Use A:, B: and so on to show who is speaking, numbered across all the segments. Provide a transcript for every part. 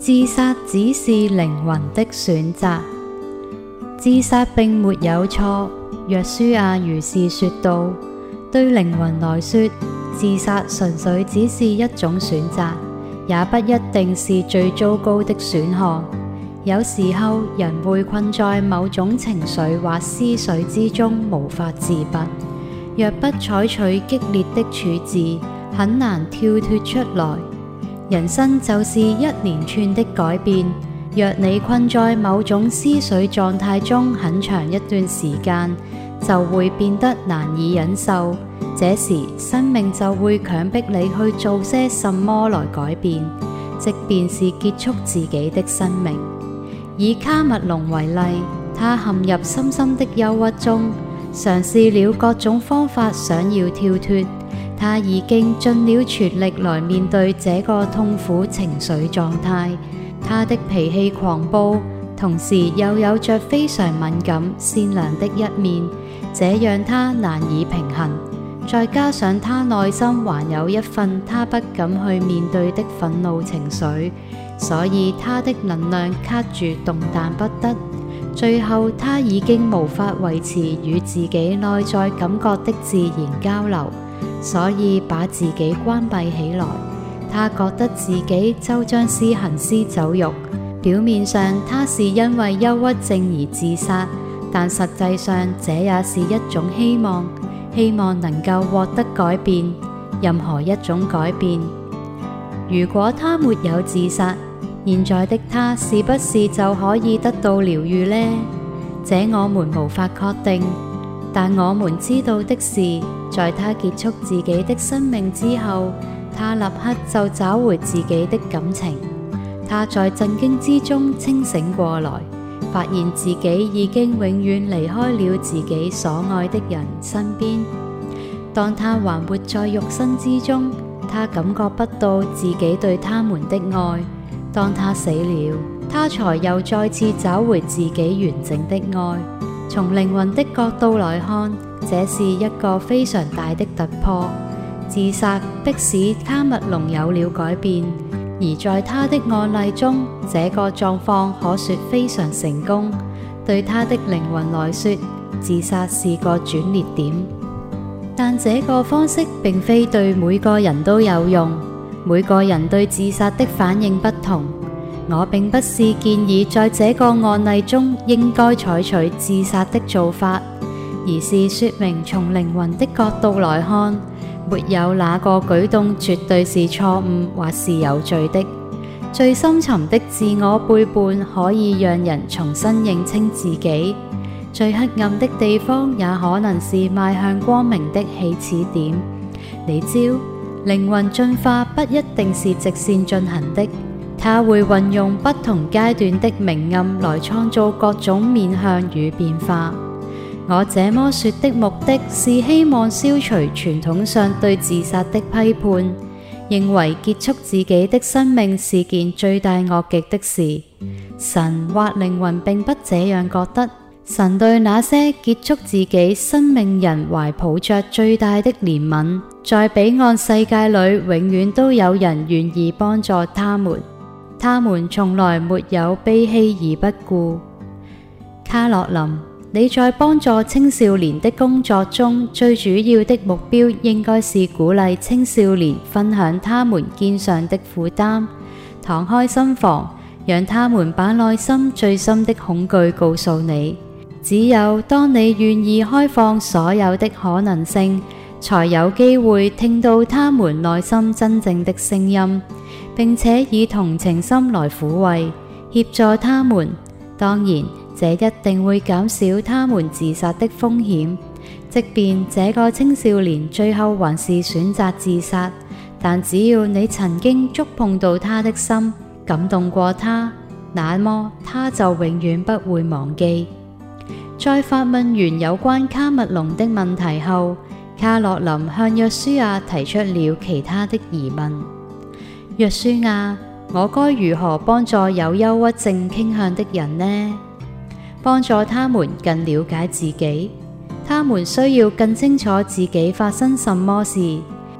A: 自殺只是靈魂的選擇。自殺並沒有錯，約書亞如是說道。對靈魂來說，自殺純粹只是一種選擇，也不一定是最糟糕的選項。有時候人會困在某種情緒或思緒之中，無法自拔。若不採取激烈的處置，很難跳脫出來。人生就是一連串的改變，若你困在某種思緒狀態中很長一段時間，就會變得難以忍受。這時生命就會強迫你去做些什麼來改變，即便是結束自己的生命。以卡麥隆為例，他陷入深深的憂鬱中，嘗試了各種方法想要跳脫。他已經盡了全力來面對這個痛苦情緒狀態。他的脾氣狂暴，同時又有着非常敏感善良的一面，這讓他難以平衡。再加上他內心還有一份他不敢去面對的憤怒情緒，所以他的能量卡住，動彈不得。最後他已經無法維持與自己內在感覺的自然交流，所以把自己關閉起來。他覺得自己就像是行屍走肉，表面上他是因為憂鬱症而自殺，但實際上這也是一種希望，希望能夠獲得改變，任何一種改變。如果他沒有自殺，現在的他是不是就可以得到療癒呢？這我們無法確定，但我們知道的是，在他結束自己的生命之後，他立刻就找回自己的感情。他在震驚之中清醒過來，發現自己已經永遠離開了自己所愛的人身邊。當他還活在肉身之中，他感覺不到自己對他們的愛。當他死了，他才又再次找回自己完整的愛。從靈魂的角度來看，這是一個非常大的突破。自殺迫使卡麥隆有了改變，而在他的案例中，這個狀況可說非常成功。對他的靈魂來說，自殺是個轉捩點。但這個方式並非對每個人都有用，每個人對自殺的反應不同。我並不是建議在這個案例中應該採取自殺的做法，而是說明從靈魂的角度來看，沒有哪個舉動絕對是錯誤或是有罪的。最深沉的自我背叛可以讓人重新認清自己，最黑暗的地方也可能是邁向光明的起始點。你知，靈魂進化不一定是直線進行的，它會運用不同階段的明暗來創造各種面向與變化。我這麼說的目的是希望消除傳統上對自殺的批判，認為結束自己的生命是件罪大惡極的事。神或靈魂並不這樣覺得。神對那些結束自己生命人懷抱着最大的憐憫，在彼岸世界裏永遠都有人願意幫助他們。他們從來沒有悲戚而不顧。卡洛琳，你在幫助青少年的工作中，最主要的目標應該是鼓勵青少年分享他們肩上的負擔，敞開心房，讓他們把內心最深的恐懼告訴你。只有當你願意開放所有的可能性，才有機會聽到他們內心真正的聲音，並且以同情心來撫慰、協助他們。當然，這一定會減少他們自殺的風險。即便這個青少年最後還是選擇自殺，但只要你曾經觸碰到他的心，感動過他，那麼他就永遠不會忘記。在發問完有關卡麥隆的問題後，卡洛琳向約書亞提出了其他的疑問。約書亞，我該如何幫助有憂鬱症傾向的人呢？幫助他們更了解自己，他們需要更清楚自己發生什麼事，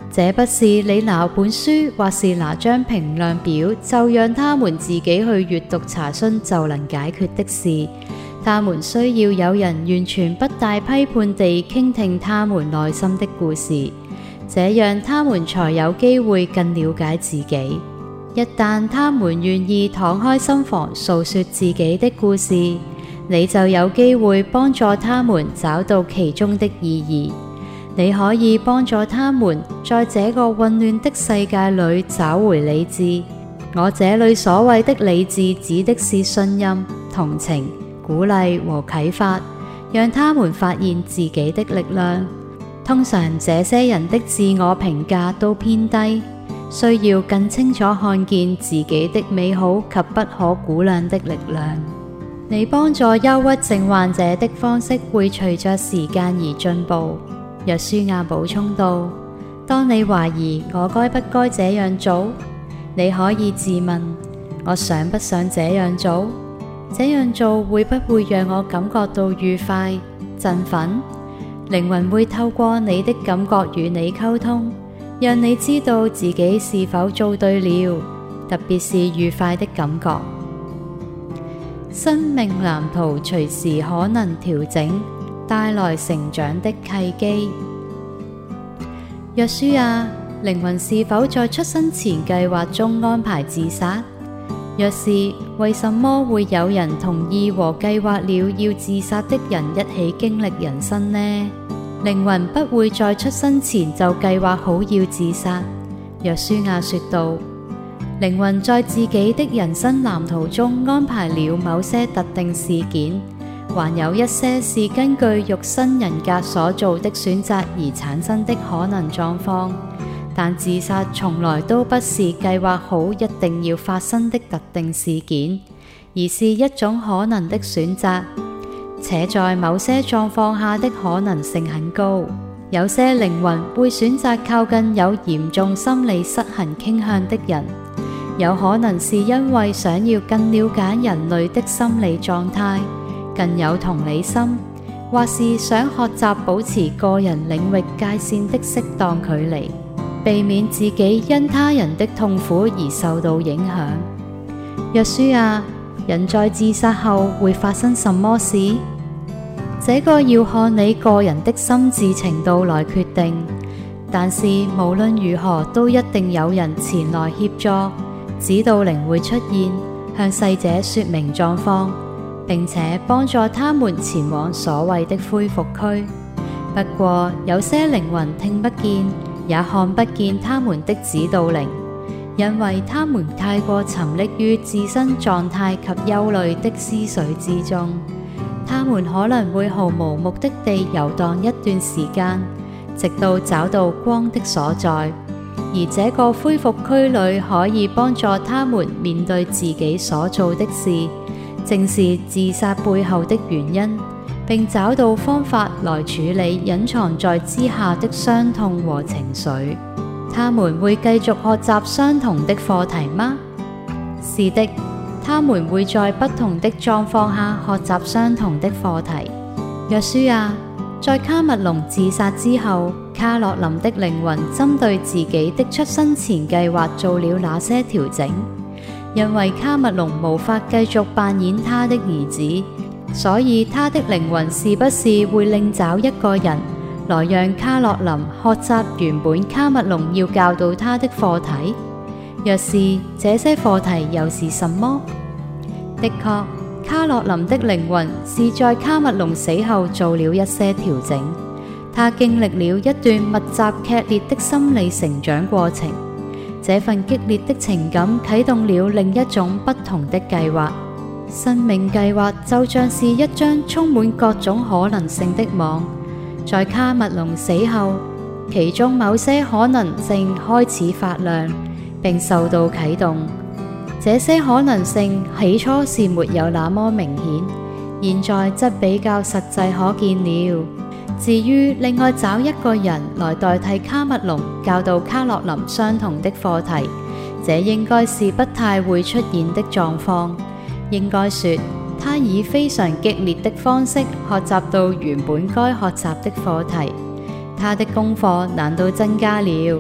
A: 這不是你拿本書或是拿張評量表就讓他們自己去閱讀查詢就能解決的事。他們需要有人完全不帶批判地傾聽他們內心的故事，這樣他們才有機會更了解自己。一旦他們願意敞開心房訴說自己的故事，你就有機會幫助他們找到其中的意義。你可以幫助他們在這個混亂的世界裏找回理智。我這裏所謂的理智指的是信任、同情、鼓勵和啟發，讓他們發現自己的力量。通常這些人的自我評價都偏低，需要更清楚看見自己的美好及不可估量的力量。你幫助憂鬱症患者的方式會隨着時間而進步。約書亞補充道，當你懷疑我該不該這樣做，你可以自問，我想不想這樣做？這樣做會不會讓我感覺到愉快、振奮？靈魂會透過你的感覺與你溝通，讓你知道自己是否做對了，特別是愉快的感覺。生命藍圖隨時可能調整，帶來成長的契機。約書亞，靈魂是否在出生前計劃中安排自殺？若是，為什麼會有人同意和計劃了要自殺的人一起經歷人生呢？靈魂不會在出生前就計劃好要自殺。約書亞說道，靈魂在自己的人生藍圖中安排了某些特定事件，還有一些是根據肉身人格所做的選擇而產生的可能狀況。但自殺從來都不是計劃好一定要發生的特定事件，而是一種可能的選擇，且在某些狀況下的可能性很高。有些靈魂會選擇靠近有嚴重心理失衡傾向的人，有可能是因為想要更了解人類的心理狀態，更有同理心，或是想學習保持個人領域界線的適當距離，避免自己因他人的痛苦而受到影響。約書亞，人在自殺後會發生什麼事？這個要看你個人的心智程度來決定，但是無論如何都一定有人前來協助，指導靈會出現，向逝者說明狀況，並且幫助他們前往所謂的恢復區。不過有些靈魂聽不見也看不見他們的指導靈，因為他們太過沉溺於自身狀態及憂慮的思緒之中。他們可能會毫無目的地遊蕩一段時間，直到找到光的所在，而這個恢復區裏可以幫助他們面對自己所做的事，正是自殺背後的原因，並找到方法來處理隱藏在之下的傷痛和情緒。他們會繼續學習相同的課題嗎？是的，他們會在不同的狀況下學習相同的課題。約書亞，在卡麥隆自殺之後，卡洛琳的靈魂針對自己的出生前計劃做了哪些調整？因為卡麥隆無法繼續扮演他的兒子，所以他的靈魂是不是會另找一個人來讓卡洛琳學習原本卡麥隆要教導他的課題？若是，這些課題又是什麼？的確，卡洛琳的靈魂是在卡麥隆死後做了一些調整。他經歷了一段密集劇烈的心理成長過程，這份激烈的情感啟動了另一種不同的計劃。生命計劃就像是一張充滿各種可能性的網，在卡麥隆死後，其中某些可能性開始發亮並受到啟動。這些可能性起初是沒有那麼明顯，現在則比較實際可見了。至於另外找一個人來代替卡麥隆教導卡洛琳相同的課題，這應該是不太會出現的狀況。應該說，他以非常激烈的方式學習到原本該學習的課題。他的功課難度增加了，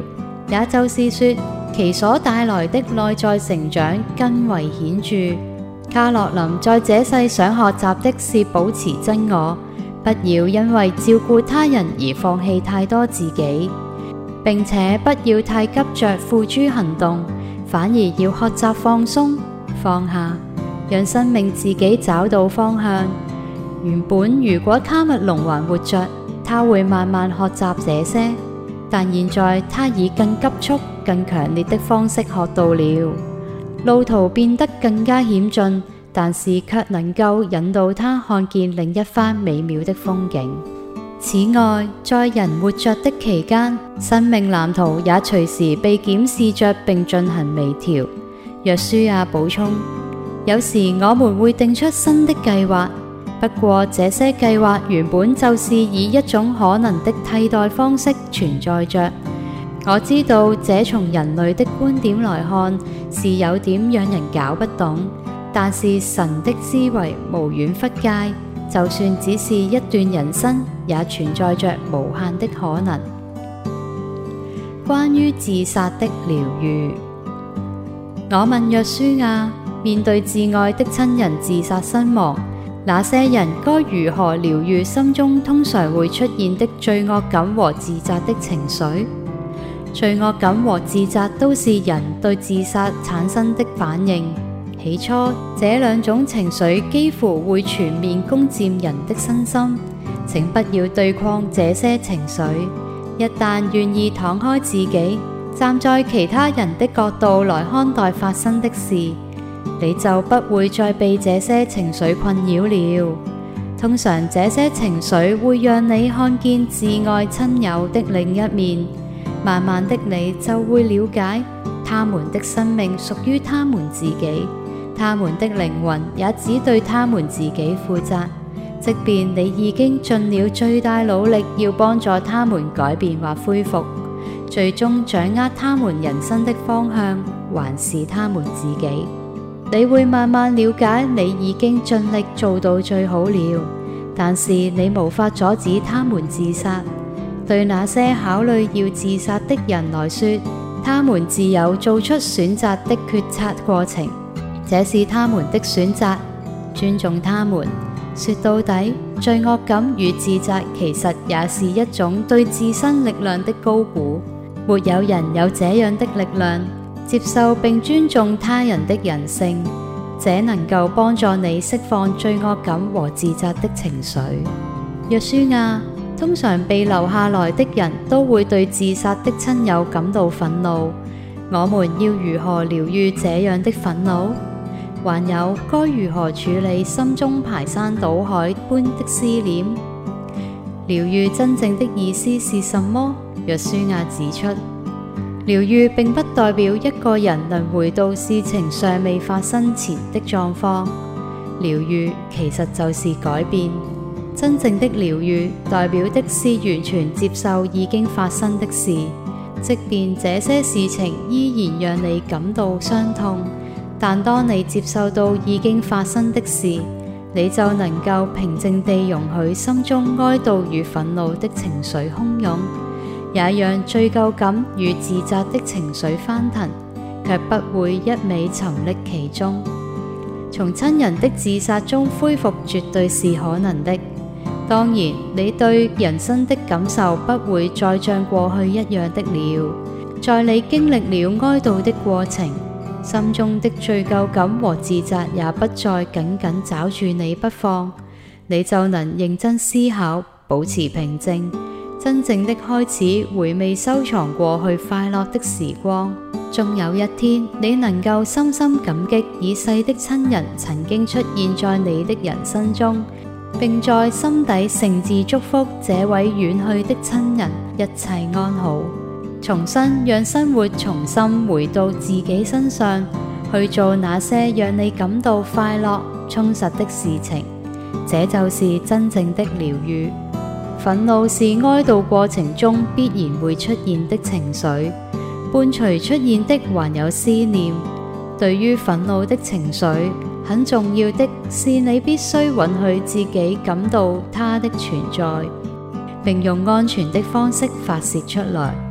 A: 也就是說，其所帶來的內在成長更為顯著。卡洛琳在這世想學習的是保持真我，不要因為照顧他人而放棄太多自己，並且不要太急着付諸行動，反而要學習放鬆放下，讓生命自己找到方向。原本如果卡密隆還活着，他會慢慢學習這些，但現在他以更急速、更強烈的方式學到了。路途變得更加險峻，但是卻能夠引導他看見另一番美妙的風景。此外，在人活着的期間，生命藍圖也隨時被檢視着並進行微調。約書亞補充，有時我們會定出新的計劃，不過這些計劃原本就是以一種可能的替代方式存在着。我知道這從人類的觀點來看是有點讓人搞不懂，但是神的思維無遠弗屆，就算只是一段人生，也存在着無限的可能。關於自殺的療癒，我問約書亞，面對摯愛的親人自殺身亡，那些人該如何療癒心中通常會出現的罪惡感和自責的情緒？罪惡感和自責都是人對自殺產生的反應。起初，這兩種情緒幾乎會全面攻佔人的身心。請不要對抗這些情緒。一旦願意敞開自己，站在其他人的角度來看待發生的事，你就不會再被這些情緒困擾了。通常，這些情緒會讓你看見摯愛親友的另一面。慢慢的，你就會了解，他們的生命屬於他們自己，他們的靈魂也只對他們自己負責。即便你已經盡了最大努力要幫助他們改變或恢復，最終掌握他們人生的方向，還是他們自己。你會慢慢了解，你已經盡力做到最好了，但是你無法阻止他們自殺。對那些考慮要自殺的人來說，他們自有做出選擇的決策過程，這是他們的選擇，尊重他們。說到底，罪惡感與自責其實也是一種對自身力量的高估。沒有人有這樣的力量，接受並尊重他人的人性，這能夠幫助你釋放罪惡感和自責的情緒。約書亞，通常被留下來的人都會對自殺的親友感到憤怒。我們要如何療癒這樣的憤怒？還有該如何處理心中排山倒海般的思念？療癒真正的意思是什麼？約書亞指出，療癒並不代表一個人能回到事情尚未發生前的狀況。療癒其實就是改變。真正的療癒代表的是完全接受已經發生的事，即便這些事情依然讓你感到傷痛，但當你接受到已經發生的事，你就能夠平靜地容許心中哀悼與憤怒的情緒洶湧，也讓罪疚感與自責的情緒翻騰，卻不會一味沉溺其中。從親人的自殺中恢復絕對是可能的。當然，你對人生的感受不會再像過去一樣的了。在你經歷了哀悼的過程，心中的罪疚感和自責也不再緊緊抓住你不放，你就能認真思考，保持平靜，真正的開始回味收藏過去快樂的時光。終有一天，你能夠深深感激已逝的親人曾經出現在你的人生中，並在心底誠摯祝福這位遠去的親人一切安好，重新讓生活重新回到自己身上，去做那些讓你感到快樂充實的事情，這就是真正的療癒。憤怒是哀悼過程中必然會出現的情緒，伴隨出現的還有思念。對於憤怒的情緒，很重要的是你必須允許自己感到它的存在，並用安全的方式發洩出來。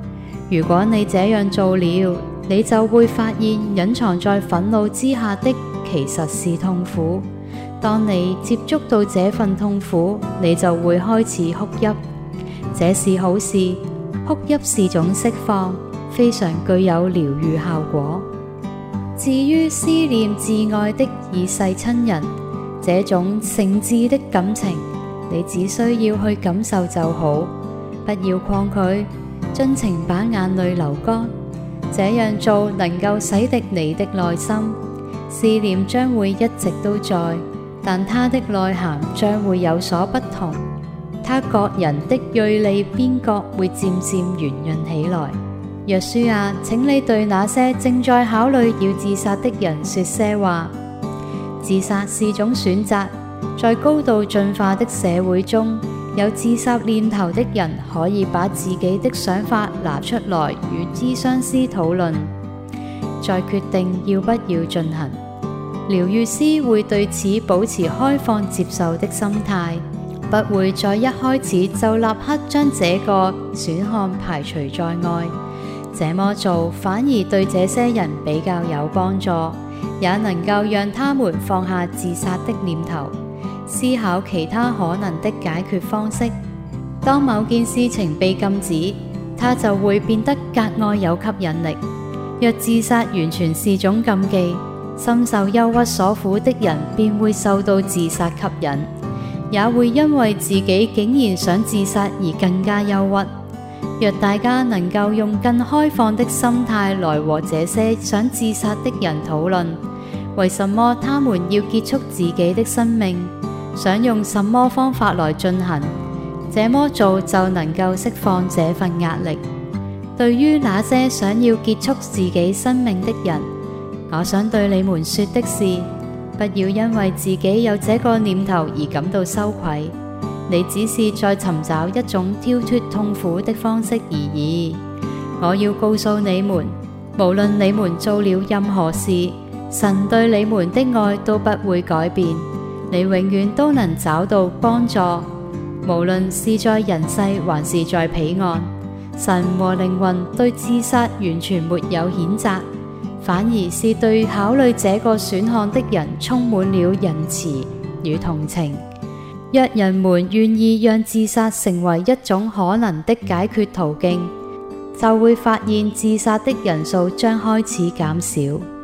A: 如果你這樣做了，你就會發現隱藏在憤怒之下的其實是痛苦。當你接觸到這份痛苦，你就會開始哭泣，這是好事。哭泣是種釋放，非常具有療癒效果。至於思念摯愛的已逝親人，這種誠摯的感情，你只需要去感受就好，不要抗拒，盡情把眼淚流乾。這樣做能夠洗滌你的內心，思念將會一直都在，但它的內涵將會有所不同。他各人的銳利邊角會漸漸圓潤起來。約書亞，請你對那些正在考慮要自殺的人說些話。自殺是種選擇，在高度進化的社會中，有自殺念頭的人可以把自己的想法拿出來與諮商師討論，再決定要不要進行。療癒師會對此保持開放接受的心態，不會在一開始就立刻將這個選項排除在外。這麼做反而對這些人比較有幫助，也能夠讓他們放下自殺的念頭，思考其他可能的解決方式。當某件事情被禁止，它就會變得格外有吸引力。若自殺完全是種禁忌，深受憂鬱所苦的人便會受到自殺吸引，也會因為自己竟然想自殺而更加憂鬱。若大家能夠用更開放的心態來和這些想自殺的人討論，為什麼他們要結束自己的生命，想用什麼方法來進行，這麼做就能夠釋放這份壓力。對於那些想要結束自己生命的人，我想對你們說的是，不要因為自己有這個念頭而感到羞愧。你只是在尋找一種跳脫痛苦的方式而已。我要告訴你們，無論你們做了任何事，神對你們的愛都不會改變。你永遠都能找到幫助，無論是在人世還是在彼岸。神和靈魂對自殺完全沒有譴責，反而是對考慮這個選項的人充滿了仁慈與同情。若人們願意讓自殺成為一種可能的解決途徑，就會發現自殺的人數將開始減少。